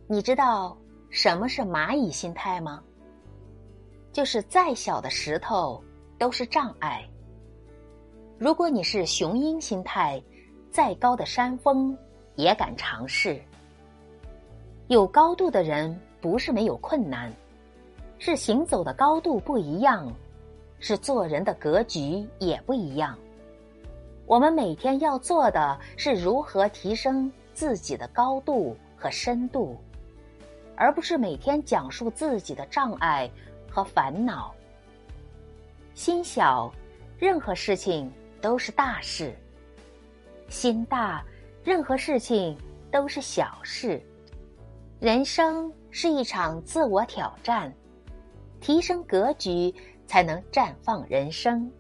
你知道什么是蚂蚁心态吗？就是再小的石头都是障碍。如果你是雄鹰心态，再高的山峰也敢尝试。有高度的人不是没有困难，是行走的高度不一样，是做人的格局也不一样。我们每天要做的是如何提升自己的高度和深度，而不是每天讲述自己的障碍和烦恼。心小，任何事情都是大事；心大，任何事情都是小事。人生是一场自我挑战，提升格局才能绽放人生。